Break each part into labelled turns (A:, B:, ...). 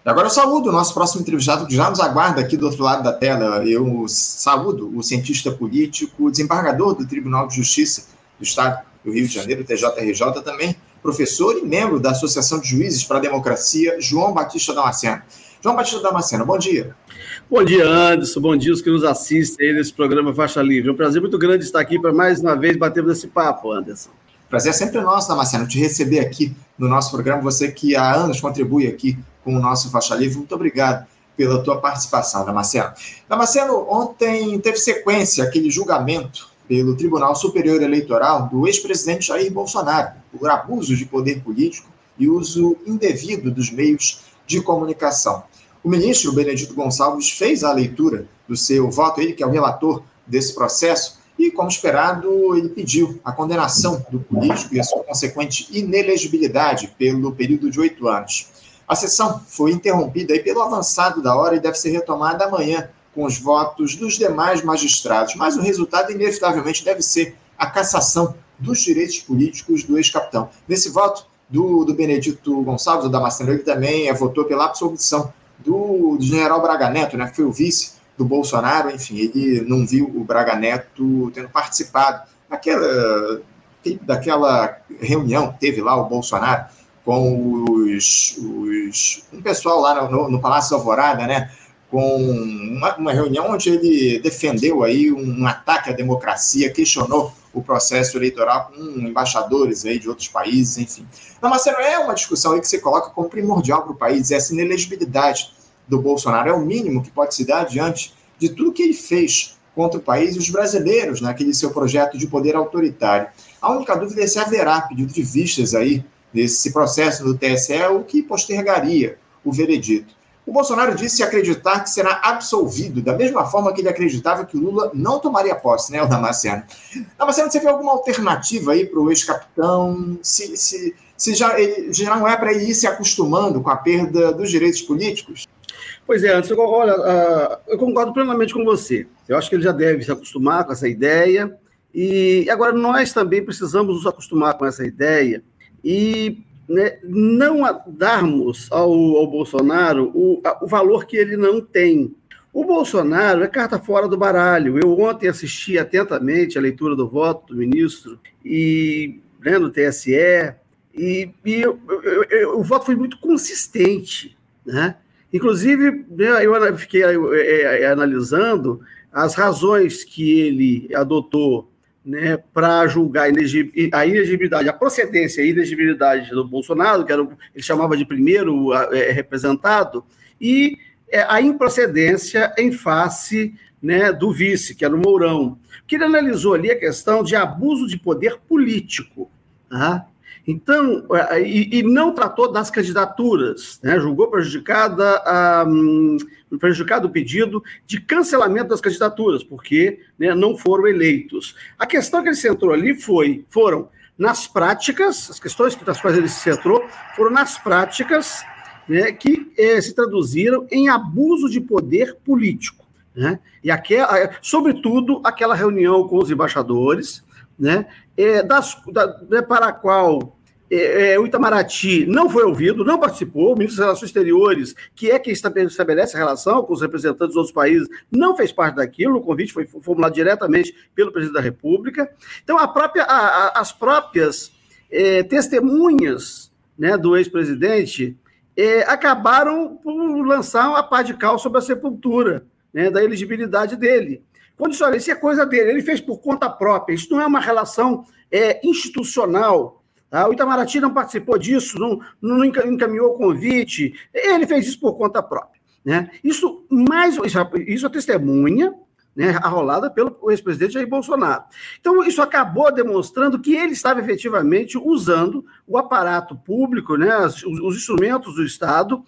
A: Agora eu saúdo o nosso próximo entrevistado, que já nos aguarda aqui do outro lado da tela. Eu saúdo o cientista político, desembargador do Tribunal de Justiça do Estado do Rio de Janeiro, TJRJ, também professor e membro da Associação de Juízes para a Democracia, João Batista Damasceno. João Batista Damasceno, bom dia.
B: Bom dia, Anderson. Bom dia os que nos assistem aí nesse programa Faixa Livre. É um prazer muito grande estar aqui para mais uma vez batermos esse papo, Anderson.
A: Prazer é sempre nosso, Damasceno, te receber aqui no nosso programa. Você que há anos contribui aqui com o nosso Faixa Livre. Muito obrigado pela tua participação, Damasceno. Damasceno, ontem teve sequência aquele julgamento pelo Tribunal Superior Eleitoral do ex-presidente Jair Bolsonaro por abuso de poder político e uso indevido dos meios de comunicação. O ministro Benedito Gonçalves fez a leitura do seu voto, ele que é o relator desse processo, e, como esperado, ele pediu a condenação do político e a sua consequente inelegibilidade pelo período de 8 anos. A sessão foi interrompida aí pelo avançado da hora e deve ser retomada amanhã com os votos dos demais magistrados, mas o resultado, inevitavelmente, deve ser a cassação dos direitos políticos do ex-capitão. Nesse voto do Benedito Gonçalves, o Damasceno, ele também votou pela absolvição do general Braga Neto, né, que foi o vice do Bolsonaro. Enfim, ele não viu o Braga Neto tendo participado daquela reunião que teve lá o Bolsonaro com um pessoal lá no Palácio da Alvorada, né, com uma reunião onde ele defendeu aí um ataque à democracia, questionou o processo eleitoral com embaixadores aí de outros países, enfim. Não, Marcelo, é uma discussão aí que você coloca como primordial para o país, essa inelegibilidade do Bolsonaro é o mínimo que pode se dar diante de tudo que ele fez contra o país e os brasileiros naquele seu projeto de poder autoritário. A única dúvida é se haverá pedido de vistas aí nesse processo do TSE, o que postergaria o veredito. O Bolsonaro disse acreditar que será absolvido, da mesma forma que ele acreditava que o Lula não tomaria posse, né, o Damasceno? Damasceno, você vê alguma alternativa aí para o ex-capitão? Se já não é para ele ir se acostumando com a perda dos direitos políticos?
B: Pois é, Anderson, olha, eu concordo plenamente com você. Eu acho que ele já deve se acostumar com essa ideia. E agora nós também precisamos nos acostumar com essa ideia e, né, não darmos ao Bolsonaro o valor que ele não tem. O Bolsonaro é carta fora do baralho. Eu ontem assisti atentamente a leitura do voto do ministro no TSE, e o voto foi muito consistente, né? Inclusive, eu fiquei analisando as razões que ele adotou, né, para julgar a inegibilidade, a procedência e a inegibilidade do Bolsonaro, que ele chamava de primeiro representado, e a improcedência em face, né, do vice, que era o Mourão, que ele analisou ali a questão de abuso de poder político, tá? Então, e não tratou das candidaturas, né? Julgou prejudicado o pedido de cancelamento das candidaturas, porque, né, não foram eleitos. A questão que ele centrou ali foram nas práticas, as questões das quais ele se centrou foram nas práticas, né, que se traduziram em abuso de poder político, né? E sobretudo aquela reunião com os embaixadores, né, para a qual o Itamaraty não foi ouvido, não participou, o ministro das Relações Exteriores, que é quem estabelece a relação com os representantes dos outros países, não fez parte daquilo, o convite foi formulado diretamente pelo presidente da República. Então, as próprias testemunhas, né, do ex-presidente acabaram por lançar uma pá de cal sobre a sepultura, né, da elegibilidade dele. Quando isso é coisa dele, ele fez por conta própria, isso não é uma relação institucional. Tá? O Itamaraty não participou disso, não encaminhou o convite, ele fez isso por conta própria, né? Isso é testemunha, né, arrolada pelo ex-presidente Jair Bolsonaro. Então, isso acabou demonstrando que ele estava efetivamente usando o aparato público, né, os instrumentos do Estado,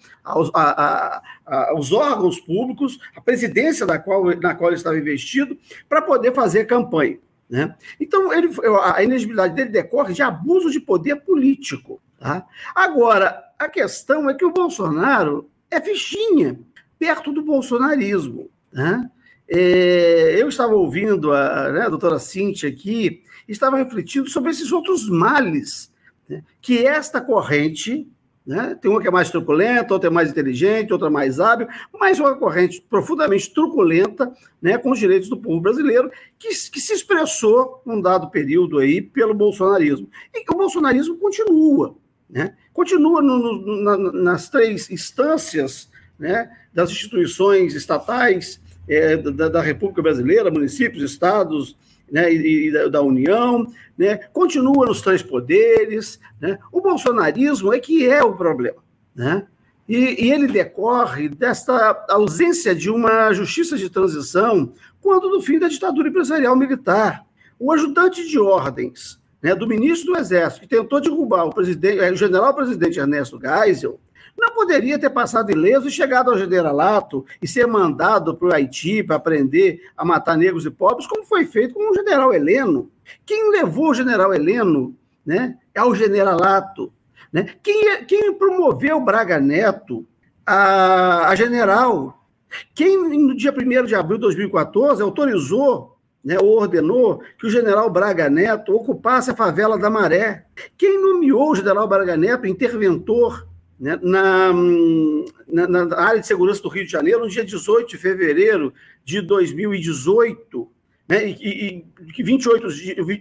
B: os órgãos públicos, a presidência na qual ele estava investido, para poder fazer campanha, né? Então, a inegibilidade dele decorre de abuso de poder político. Tá? Agora, a questão é que o Bolsonaro é fichinha perto do bolsonarismo. Né? Eu estava ouvindo a doutora Cíntia aqui, estava refletindo sobre esses outros males, né, que esta corrente, né? Tem uma que é mais truculenta, outra é mais inteligente, outra mais hábil, mas uma corrente profundamente truculenta, né, com os direitos do povo brasileiro, que se expressou num dado período aí pelo bolsonarismo. E que o bolsonarismo continua, né? Continua nas 3 instâncias, né, das instituições estatais da República Brasileira, municípios, estados, né, e da União, né, continua nos 3 poderes, né. O bolsonarismo é que é o problema, né, e ele decorre desta ausência de uma justiça de transição quando do fim da ditadura empresarial militar. O ajudante de ordens, né, do ministro do Exército, que tentou derrubar o general-presidente Ernesto Geisel, não poderia ter passado ileso e chegado ao generalato e ser mandado para o Haiti para aprender a matar negros e pobres, como foi feito com o general Heleno. Quem levou o general Heleno, né, ao generalato? Né? Quem promoveu Braga Neto a general? Quem, no dia 1º de abril de 2014, autorizou, né, ou ordenou que o general Braga Neto ocupasse a favela da Maré? Quem nomeou o general Braga Neto interventor, né, na área de segurança do Rio de Janeiro, no dia 18 de fevereiro de 2018, né, e 28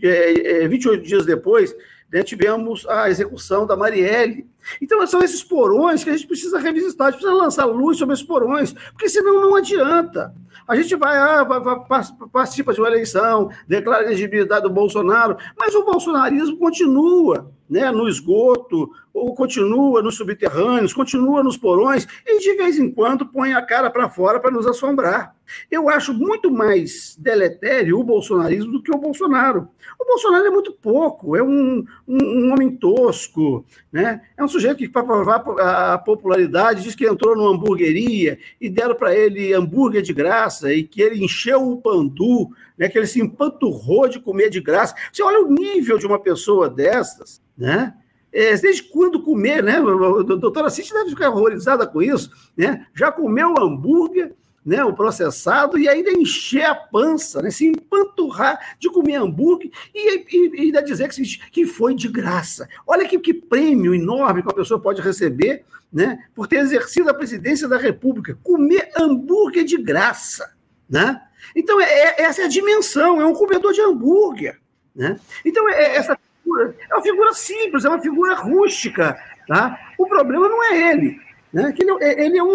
B: dias depois, né, tivemos a execução da Marielle. Então, são esses porões que a gente precisa revisitar, a gente precisa lançar luz sobre esses porões, porque senão não adianta. A gente participa de uma eleição, declara a elegibilidade do Bolsonaro, mas o bolsonarismo continua, né, no esgoto, ou continua nos subterrâneos, continua nos porões, e de vez em quando põe a cara para fora para nos assombrar. Eu acho muito mais deletério o bolsonarismo do que o Bolsonaro. O Bolsonaro é muito pouco, é um homem tosco, né? É um sujeito que, para provar a popularidade, diz que entrou numa hamburgueria e deram para ele hambúrguer de graça e que ele encheu o pandu, né? Que ele se empanturrou de comer de graça. Você olha o nível de uma pessoa dessas, né? Desde quando comer, né? A doutora Cíntia deve ficar horrorizada com isso, né? Já comeu hambúrguer, né, o processado, e ainda encher a pança, né, se empanturrar de comer hambúrguer e ainda dizer que foi de graça. Olha que prêmio enorme que uma pessoa pode receber, né, por ter exercido a presidência da República, comer hambúrguer de graça, né? Então, essa é a dimensão, é um comedor de hambúrguer, né? Então, essa figura é uma figura simples, é uma figura rústica, tá? O problema não é ele, né? Ele é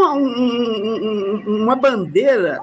B: uma bandeira,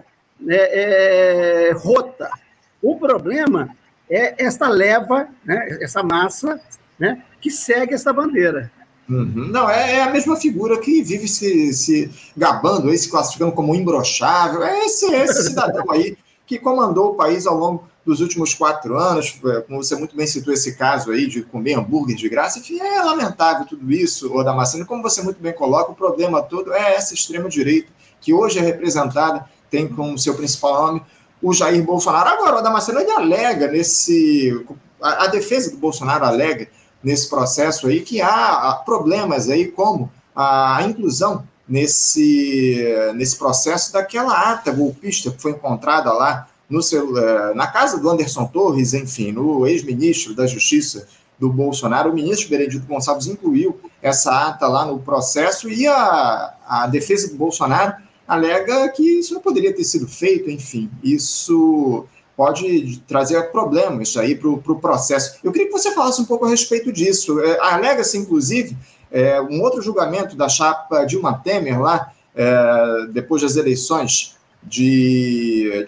B: né, rota. O problema é essa leva, né, essa massa, né, que segue essa bandeira.
A: Uhum. Não, é a mesma figura que vive se gabando, se classificando como imbrochável. É esse cidadão aí que comandou o país ao longo dos últimos 4 anos, como você muito bem citou esse caso aí de comer hambúrguer de graça. Enfim, é lamentável tudo isso, Damasceno. Como você muito bem coloca, o problema todo é essa extrema-direita, que hoje é representada, tem como seu principal nome o Jair Bolsonaro. Agora, Damasceno, ele alega a defesa do Bolsonaro alega nesse processo aí que há problemas aí, como a inclusão nesse processo daquela ata golpista que foi encontrada lá na casa do Anderson Torres, enfim, no ex-ministro da Justiça do Bolsonaro. O ministro Benedito Gonçalves incluiu essa ata lá no processo e a defesa do Bolsonaro alega que isso não poderia ter sido feito, enfim, isso pode trazer problemas aí para o processo. Eu queria que você falasse um pouco a respeito disso. Alega-se, inclusive, um outro julgamento da chapa Dilma Temer lá, depois das eleições de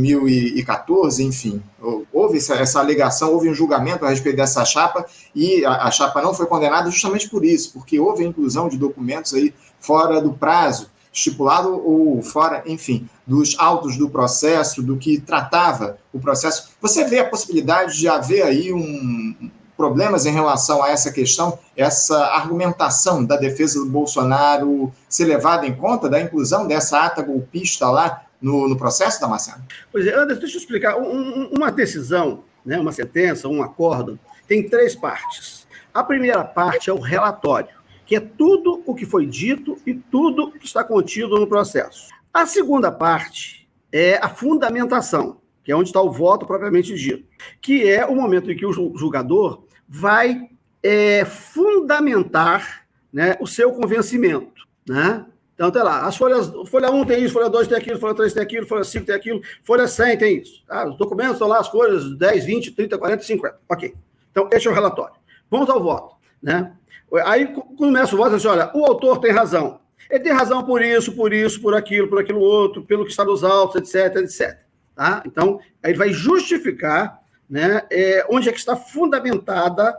A: 2014, enfim, houve essa alegação, houve um julgamento a respeito dessa chapa e a chapa não foi condenada justamente por isso, porque houve a inclusão de documentos aí fora do prazo estipulado ou fora, enfim, dos autos do processo, do que tratava o processo. Você vê a possibilidade de haver aí problemas em relação a essa questão, essa argumentação da defesa do Bolsonaro ser levada em conta, da inclusão dessa ata golpista lá no processo, Damasceno?
B: Pois é, Anderson, deixa eu explicar. Uma decisão, né, uma sentença, um acórdão, tem 3 partes. A primeira parte é o relatório, que é tudo o que foi dito e tudo que está contido no processo. A segunda parte é a fundamentação, que é onde está o voto propriamente dito, que é o momento em que o julgador vai fundamentar, né, o seu convencimento, né? Então, tem lá, folha 1 tem isso, folha 2 tem aquilo, folha 3 tem aquilo, folha 5 tem aquilo, folha 100 tem isso. Tá? Os documentos estão lá, as folhas 10, 20, 30, 40, 50. Ok. Então, esse é o relatório. Vamos ao voto, né? Aí começa o voto e diz, olha, o autor tem razão. Ele tem razão por isso, por aquilo outro, pelo que está nos autos, etc, etc. Tá? Então, aí ele vai justificar, né, onde é que está fundamentada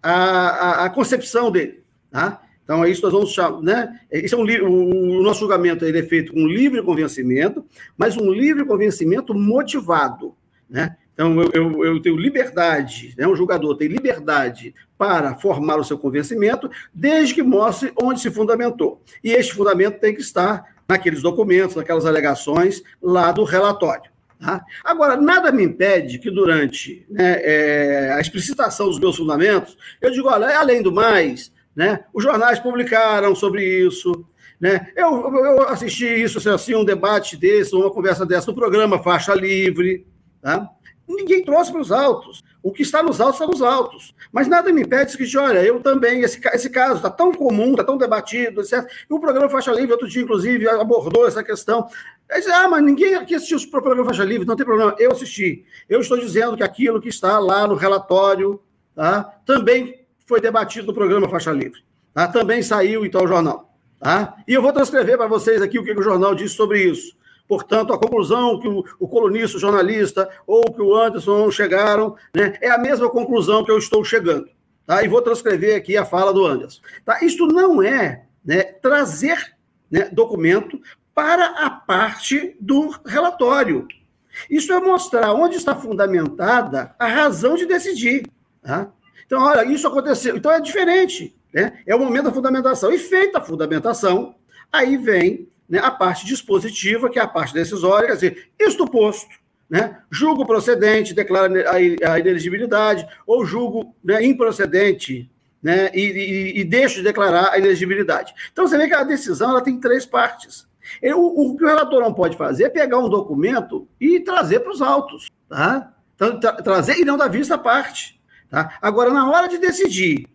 B: a concepção dele. Tá? Então, é isso que nós vamos chamar, né? Esse é o nosso julgamento ele é feito com livre convencimento, mas um livre convencimento motivado, né? Então, eu tenho liberdade, né? Um julgador tem liberdade para formar o seu convencimento, desde que mostre onde se fundamentou. E este fundamento tem que estar naqueles documentos, naquelas alegações lá do relatório. Tá? Agora, nada me impede que durante, né, a explicitação dos meus fundamentos, eu digo, olha, além do mais, né, os jornais publicaram sobre isso, né, eu assisti isso, assim, um debate desse, uma conversa dessa no programa Faixa Livre, tá? Ninguém trouxe para os autos. O que está nos autos, está nos autos. Mas nada me impede que, olha, eu também, esse caso está tão comum, está tão debatido, etc. E o programa Faixa Livre, outro dia, inclusive, abordou essa questão. Aí diz, mas ninguém aqui assistiu o programa Faixa Livre, não tem problema. Eu assisti. Eu estou dizendo que aquilo que está lá no relatório, tá, também foi debatido no programa Faixa Livre. Tá? Também saiu em tal jornal. Tá? E eu vou transcrever para vocês aqui o que o jornal diz sobre isso. Portanto, a conclusão que o colunista, o jornalista, ou que o Anderson chegaram, né, é a mesma conclusão que eu estou chegando. Tá? E vou transcrever aqui a fala do Anderson. Tá? Isso não é, né, trazer, né, documento para a parte do relatório. Isso é mostrar onde está fundamentada a razão de decidir. Tá? Então, olha, isso aconteceu. Então, é diferente. Né? É o momento da fundamentação. E feita a fundamentação, aí vem, né, a parte dispositiva, que é a parte decisória, quer dizer, isto posto, né, julgo procedente, declara a inelegibilidade, ou julgo, né, improcedente, né, e deixo de declarar a inelegibilidade. Então, você vê que a decisão ela tem 3 partes. O que o relator não pode fazer é pegar um documento e trazer para os autos. Tá? Então, trazer e não dar vista à parte. Tá? Agora, na hora de decidir,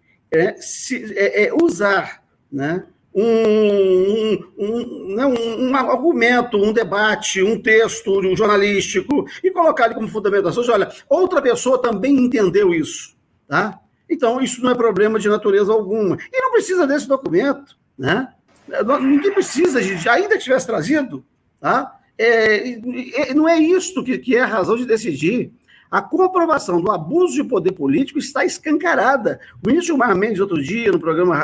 B: usar, né, um argumento, um debate, um texto jornalístico e colocar ele como fundamentação. Olha, outra pessoa também entendeu isso. Tá? Então, isso não é problema de natureza alguma. E não precisa desse documento. Né? Ninguém precisa, ainda que tivesse trazido. Tá? Não é isto que é a razão de decidir. A comprovação do abuso de poder político está escancarada. O ministro Gilmar Mendes, outro dia, no programa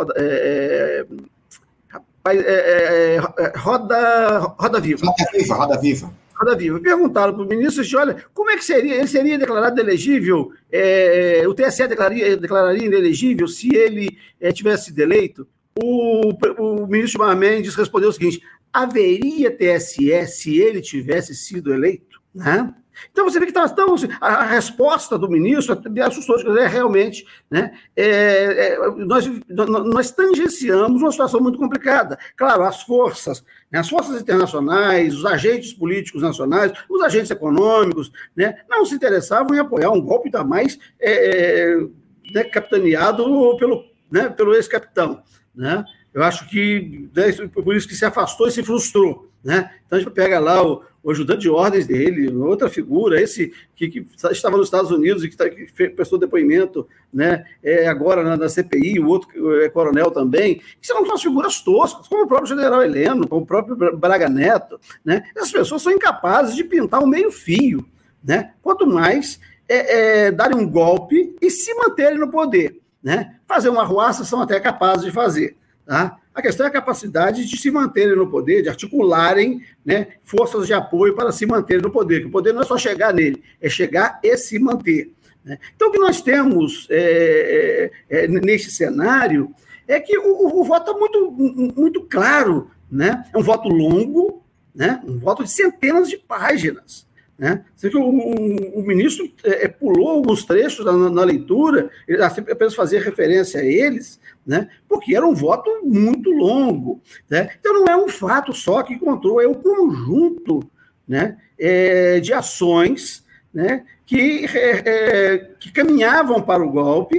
B: Roda Viva. Roda Viva. Perguntaram para o ministro, olha, como é que seria? Ele seria declarado inelegível? O TSE declararia inelegível se ele tivesse sido eleito? O ministro Gilmar Mendes respondeu o seguinte, haveria TSE se ele tivesse sido eleito? Né? Então, você vê que a resposta do ministro me assustou, realmente, né, nós tangenciamos uma situação muito complicada. Claro, as forças internacionais, os agentes políticos nacionais, os agentes econômicos, né, não se interessavam em apoiar um golpe, ainda mais né, capitaneado pelo ex-capitão. Né? Eu acho que, né, por isso que se afastou e se frustrou. Né? Então, a gente pega lá o ajudante de ordens dele, outra figura, esse que estava nos Estados Unidos e que prestou depoimento, né, agora na CPI, o outro coronel também, que são umas figuras toscas, como o próprio general Heleno, como o próprio Braga Neto. Né? Essas pessoas são incapazes de pintar um meio fio. Né? Quanto mais darem um golpe e se manterem no poder. Né? Fazer uma arruaça são até capazes de fazer. Tá? A questão é a capacidade de se manterem no poder, de articularem, né, forças de apoio para se manterem no poder. Que o poder não é só chegar nele, é chegar e se manter. Né? Então, o que nós temos neste cenário é que o voto é muito claro. Né? É um voto longo, né? Um voto de centenas de páginas. Né? Você vê que o ministro pulou alguns trechos na leitura, ele apenas fazia referência a eles, né? Porque era um voto muito longo. Né? Então, não é um fato só que encontrou, é o conjunto, né, de ações, né, que caminhavam para o golpe,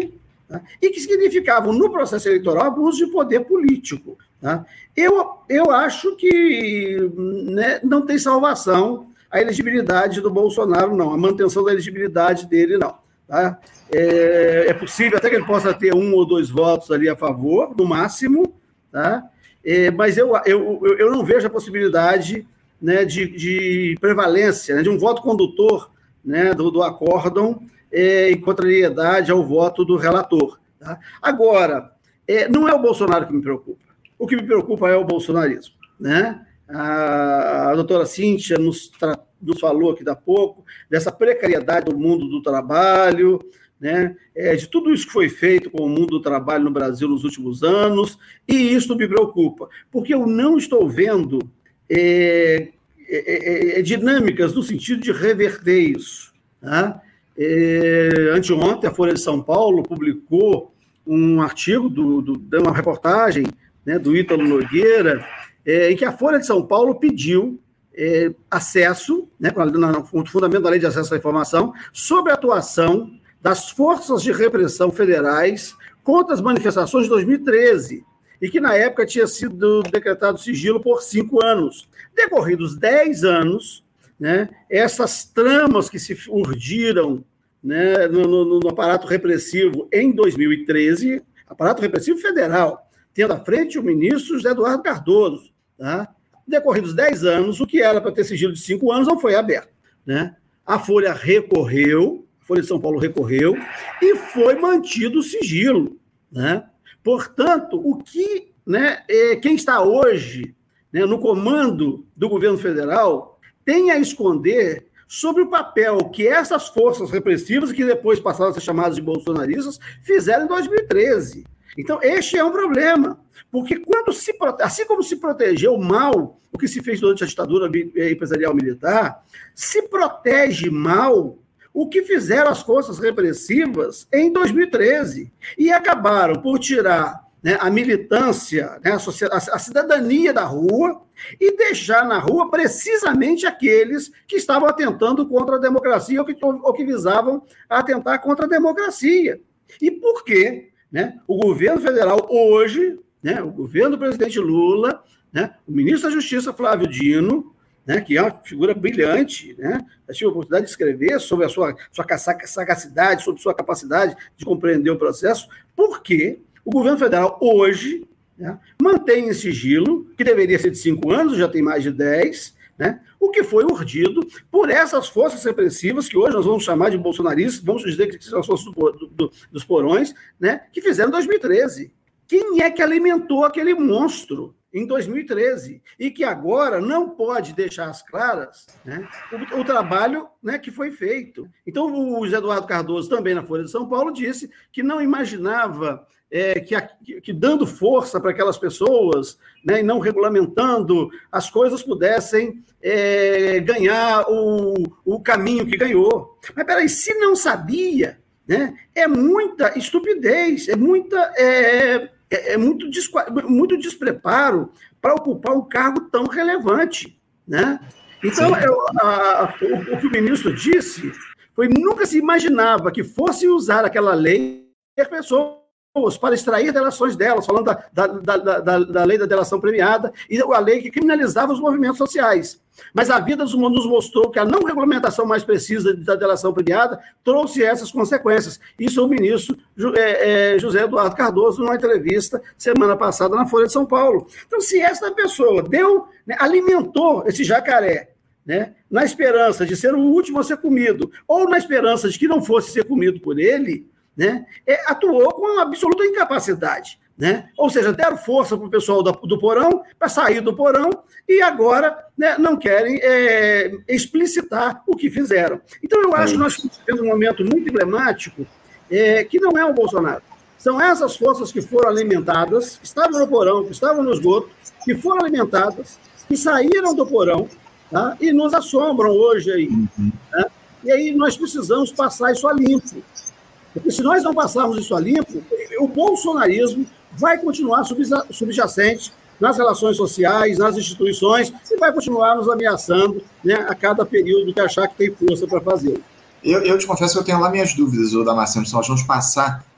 B: tá? E que significavam, no processo eleitoral, abuso de poder político. Tá? Eu acho que, né, não tem salvação a elegibilidade do Bolsonaro, não, a manutenção da elegibilidade dele, não. Tá? É possível até que ele possa ter 1 ou 2 votos ali a favor, no máximo, tá? Mas eu não vejo a possibilidade, né, de prevalência, né, de um voto condutor, né, do acórdão em contrariedade ao voto do relator. Tá? Agora, não é o Bolsonaro que me preocupa. O que me preocupa é o bolsonarismo. Né? A doutora Cíntia nos falou aqui há pouco dessa precariedade do mundo do trabalho, né? De tudo isso que foi feito com o mundo do trabalho no Brasil nos últimos anos, e isso me preocupa, porque eu não estou vendo dinâmicas no sentido de reverter isso. Tá? Anteontem, a Folha de São Paulo publicou um artigo, uma reportagem, né, do Ítalo Nogueira, em que a Folha de São Paulo pediu acesso, né, no fundamento da Lei de Acesso à Informação, sobre a atuação das forças de repressão federais contra as manifestações de 2013, e que na época tinha sido decretado sigilo por 5 anos. Decorridos 10 anos, né, essas tramas que se urdiram, né, no aparato repressivo em 2013, aparato repressivo federal, tendo à frente o ministro José Eduardo Cardoso. Tá? Decorridos 10 anos, o que era para ter sigilo de 5 anos não foi aberto. Né? A Folha recorreu, a Folha de São Paulo recorreu, e foi mantido o sigilo. Né? Portanto, né, quem está hoje, né, no comando do governo federal tem a esconder sobre o papel que essas forças repressivas, que depois passaram a ser chamadas de bolsonaristas, fizeram em 2013. Então, este é um problema, porque assim como se protegeu mal o que se fez durante a ditadura empresarial militar, se protege mal o que fizeram as forças repressivas em 2013, e acabaram por tirar, né, a militância, né, a cidadania da rua, e deixar na rua precisamente aqueles que estavam atentando contra a democracia ou que visavam atentar contra a democracia. E por quê? Né? O governo federal hoje, né, o governo do presidente Lula, né, o ministro da Justiça, Flávio Dino, né, que é uma figura brilhante, né, eu tive a oportunidade de escrever sobre a sua sagacidade, sobre sua capacidade de compreender o processo, porque o governo federal hoje, né, mantém em sigilo, que deveria ser de 5 anos, já tem mais de 10, né, o que foi urdido por essas forças repressivas, que hoje nós vamos chamar de bolsonaristas, vamos dizer que são as forças dos porões, né, que fizeram em 2013. Quem é que alimentou aquele monstro em 2013? E que agora não pode deixar às claras, né, o trabalho, né, que foi feito. Então, o José Eduardo Cardoso, também na Folha de São Paulo, disse que não imaginava que dando força para aquelas pessoas, né, e não regulamentando, as coisas pudessem ganhar o caminho que ganhou. Mas, peraí, se não sabia, né, é muita estupidez, é muito despreparo para ocupar um cargo tão relevante. Né? Então, o que o ministro disse foi que nunca se imaginava que fosse usar aquela lei as pessoas para extrair delações delas, falando da lei da delação premiada e a lei que criminalizava os movimentos sociais. Mas a vida nos mostrou que a não regulamentação mais precisa da delação premiada trouxe essas consequências. Isso o ministro José Eduardo Cardoso, numa entrevista semana passada na Folha de São Paulo. Então, se essa pessoa alimentou esse jacaré, né, na esperança de ser o último a ser comido, ou na esperança de que não fosse ser comido por ele, né, atuou com uma absoluta incapacidade. Né? Ou seja, deram força para o pessoal do porão, para sair do porão, e agora, né, não querem explicitar o que fizeram. Então, eu acho que nós estamos vivendo um momento muito emblemático, que não é o Bolsonaro. São essas forças que foram alimentadas, que estavam no porão, que estavam no esgoto, que foram alimentadas, que saíram do porão, tá? E nos assombram hoje aí. Tá? E aí nós precisamos passar isso a limpo. Porque se nós não passarmos isso a limpo, o bolsonarismo vai continuar subjacente nas relações sociais, nas instituições, e vai continuar nos ameaçando, né, a cada período que achar que tem força para fazê-lo.
A: Eu te confesso que eu tenho lá minhas dúvidas, Damasceno, se nós vamos passar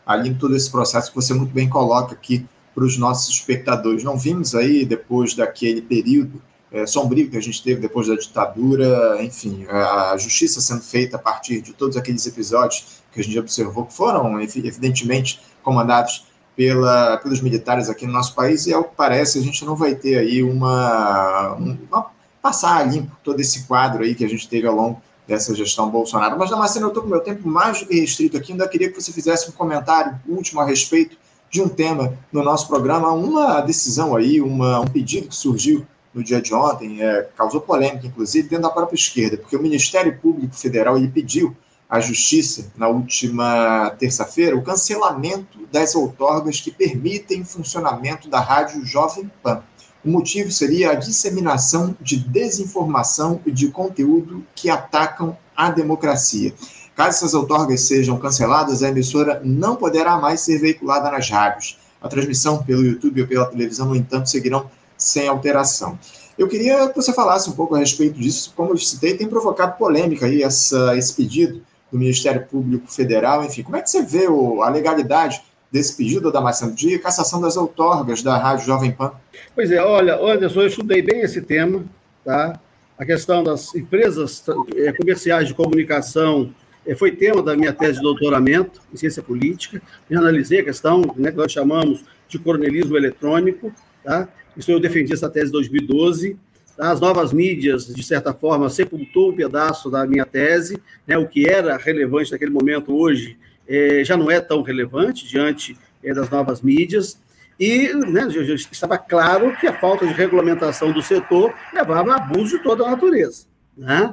A: ali em todo esse processo que você muito bem coloca aqui para os nossos espectadores. Não vimos aí, depois daquele período sombrio que a gente teve depois da ditadura, enfim, a justiça sendo feita a partir de todos aqueles episódios que a gente observou, que foram, evidentemente, comandados pelos militares aqui no nosso país, e ao que parece a gente não vai ter aí uma passar limpo todo esse quadro aí que a gente teve ao longo dessa gestão Bolsonaro. Mas, Damasceno, eu estou com o meu tempo mais do que restrito aqui, ainda queria que você fizesse um comentário último a respeito de um tema no nosso programa, uma decisão aí, um pedido que surgiu no dia de ontem, causou polêmica, inclusive, dentro da própria esquerda, porque o Ministério Público Federal ele pediu à Justiça, na última terça-feira, o cancelamento das outorgas que permitem o funcionamento da Rádio Jovem Pan. O motivo seria a disseminação de desinformação e de conteúdo que atacam a democracia. Caso essas outorgas sejam canceladas, a emissora não poderá mais ser veiculada nas rádios. A transmissão pelo YouTube ou pela televisão, no entanto, seguirão sem alteração. Eu queria que você falasse um pouco a respeito disso. Como eu citei, tem provocado polêmica aí esse pedido do Ministério Público Federal. Enfim, como é que você vê a legalidade desse pedido, Damasceno, de cassação das outorgas da Rádio Jovem Pan?
B: Pois é, olha, Anderson, eu estudei bem esse tema, tá? A questão das empresas comerciais de comunicação foi tema da minha tese de doutoramento em ciência política. Eu analisei a questão, né, que nós chamamos de coronelismo eletrônico, tá? Isso eu defendi essa tese em 2012. As novas mídias, de certa forma, sepultou um pedaço da minha tese, né? O que era relevante naquele momento, hoje, já não é tão relevante diante das novas mídias. E, né, já estava claro que a falta de regulamentação do setor levava a abuso de toda a natureza, né?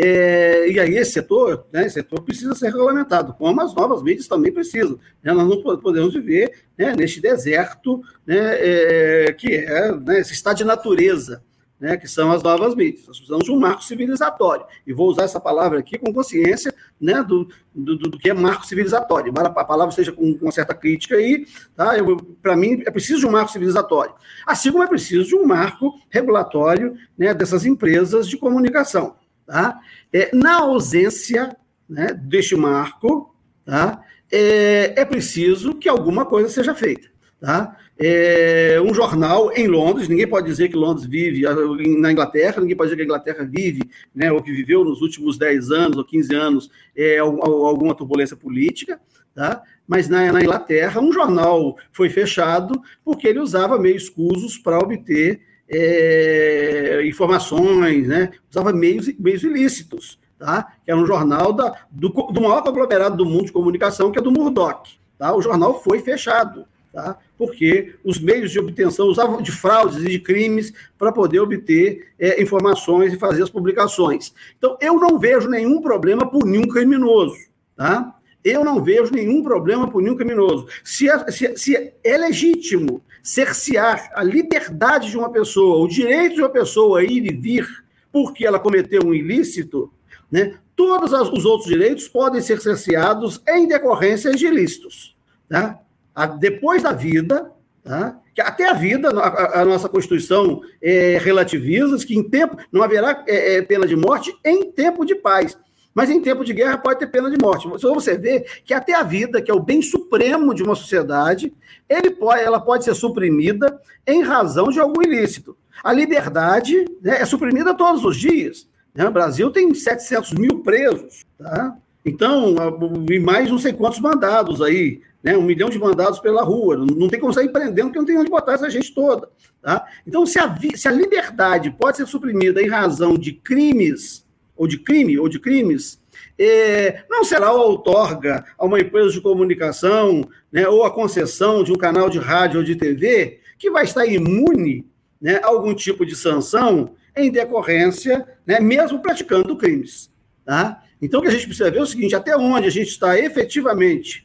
B: E aí esse setor precisa ser regulamentado, como as novas mídias também precisam, né? Nós não podemos viver, né, neste deserto, né, que é, né, esse estado de natureza, né, que são as novas mídias. Nós precisamos de um marco civilizatório, e vou usar essa palavra aqui com consciência, né, do que é marco civilizatório, embora a palavra seja com uma certa crítica aí, tá? Para mim é preciso de um marco civilizatório, assim como é preciso de um marco regulatório, né, dessas empresas de comunicação. Tá? Na ausência, né, deste marco, tá, é preciso que alguma coisa seja feita. Tá? Um jornal em Londres, ninguém pode dizer que Londres vive na Inglaterra, ninguém pode dizer que a Inglaterra vive, né, ou que viveu nos últimos 10 anos ou 15 anos alguma turbulência política, tá? Mas na Inglaterra um jornal foi fechado porque ele usava meios escusos para obter informações, né? Usava meios ilícitos, tá? Que era um jornal do maior conglomerado do mundo de comunicação, que é do Murdoch. Tá? O jornal foi fechado, tá? Porque os meios de obtenção usavam de fraudes e de crimes para poder obter informações e fazer as publicações. Então, eu não vejo nenhum problema punir um criminoso, tá? Eu não vejo nenhum problema punir um criminoso. Se é legítimo cercear a liberdade de uma pessoa, o direito de uma pessoa ir e vir porque ela cometeu um ilícito, né, todos os outros direitos podem ser cerceados em decorrência de ilícitos. Tá? Depois da vida, tá? Que até a vida, a nossa Constituição relativiza que em tempo não haverá pena de morte em tempo de paz. Mas em tempo de guerra pode ter pena de morte. Só você vê que até a vida, que é o bem supremo de uma sociedade, ela pode ser suprimida em razão de algum ilícito. A liberdade, né, é suprimida todos os dias. Né? O Brasil tem 700 mil presos. Tá? Então, e mais não sei quantos mandados aí, né? 1 milhão de mandados pela rua. Não tem como sair prendendo, porque não tem onde botar essa gente toda. Tá? Então, se a liberdade pode ser suprimida em razão de crimes, ou de crimes, não será a outorga a uma empresa de comunicação, né, ou a concessão de um canal de rádio ou de TV que vai estar imune, né, a algum tipo de sanção em decorrência, né, mesmo praticando crimes. Tá? Então, o que a gente precisa ver é o seguinte: até onde a gente está efetivamente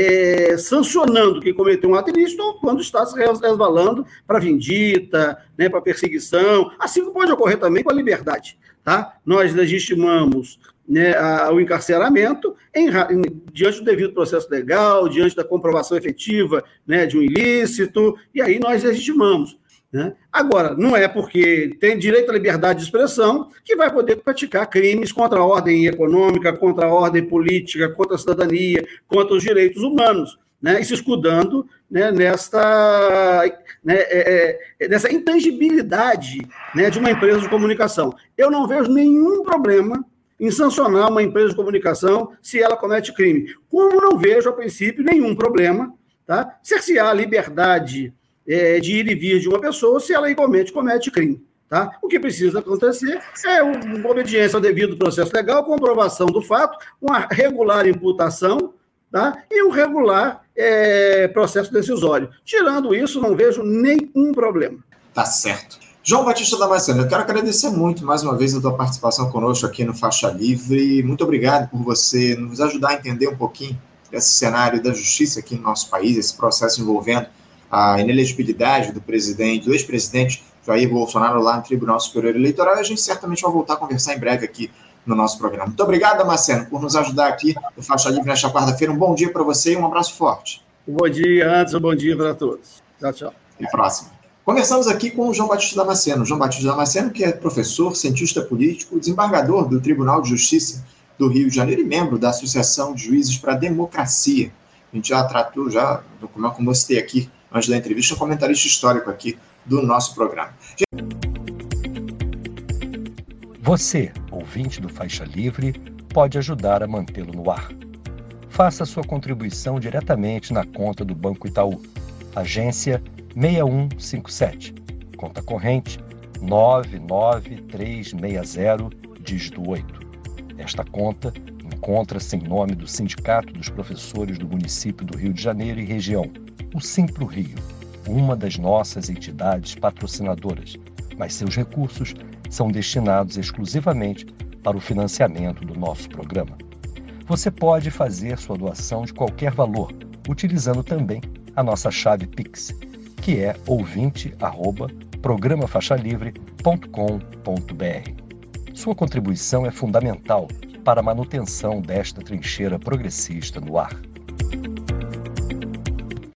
B: sancionando quem cometeu um ato ilícito, ou quando está se resvalando para vindita, né, para perseguição, assim como pode ocorrer também com a liberdade. Tá? Nós legitimamos, né, o encarceramento diante do devido processo legal, diante da comprovação efetiva, né, de um ilícito, e aí nós legitimamos. Né? Agora, não é porque tem direito à liberdade de expressão que vai poder praticar crimes contra a ordem econômica, contra a ordem política, contra a cidadania, contra os direitos humanos. né, e se escudando, né, nessa intangibilidade, né, de uma empresa de comunicação. Eu não vejo nenhum problema em sancionar uma empresa de comunicação se ela comete crime. Como não vejo, a princípio, nenhum problema, tá, cercear a liberdade de ir e vir de uma pessoa se ela igualmente comete crime. Tá? O que precisa acontecer é uma obediência ao devido processo legal, comprovação do fato, uma regular imputação, tá? E um regular processo decisório. Tirando isso, não vejo nenhum problema.
A: Tá certo. João Batista Damasceno, eu quero agradecer muito mais uma vez a tua participação conosco aqui no Faixa Livre. Muito obrigado por você nos ajudar a entender um pouquinho esse cenário da justiça aqui no nosso país, esse processo envolvendo a inelegibilidade do ex-presidente Jair Bolsonaro lá no Tribunal Superior Eleitoral, e a gente certamente vai voltar a conversar em breve aqui no nosso programa. Muito obrigado, Damasceno, por nos ajudar aqui no Faixa Livre nesta quarta-feira. Um bom dia para você e um abraço forte.
B: Um bom dia, Anderson, bom dia para todos. Tchau, tchau.
A: Até a próxima. Conversamos aqui com o João Batista Damasceno. João Batista Damasceno, que é professor, cientista político, desembargador do Tribunal de Justiça do Rio de Janeiro e membro da Associação de Juízes para a Democracia. A gente já tratou, como eu citei aqui antes da entrevista, um comentarista histórico aqui do nosso programa.
C: Você, ouvinte do Faixa Livre, pode ajudar a mantê-lo no ar. Faça sua contribuição diretamente na conta do Banco Itaú, agência 6157, conta corrente 99360, dígito 8. Esta conta encontra-se em nome do Sindicato dos Professores do Município do Rio de Janeiro e região, o Simpro Rio, uma das nossas entidades patrocinadoras, mas seus recursos são destinados exclusivamente para o financiamento do nosso programa. Você pode fazer sua doação de qualquer valor, utilizando também a nossa chave Pix, que é ouvinte@programafaixalivre.com.br. Sua contribuição é fundamental para a manutenção desta trincheira progressista no ar.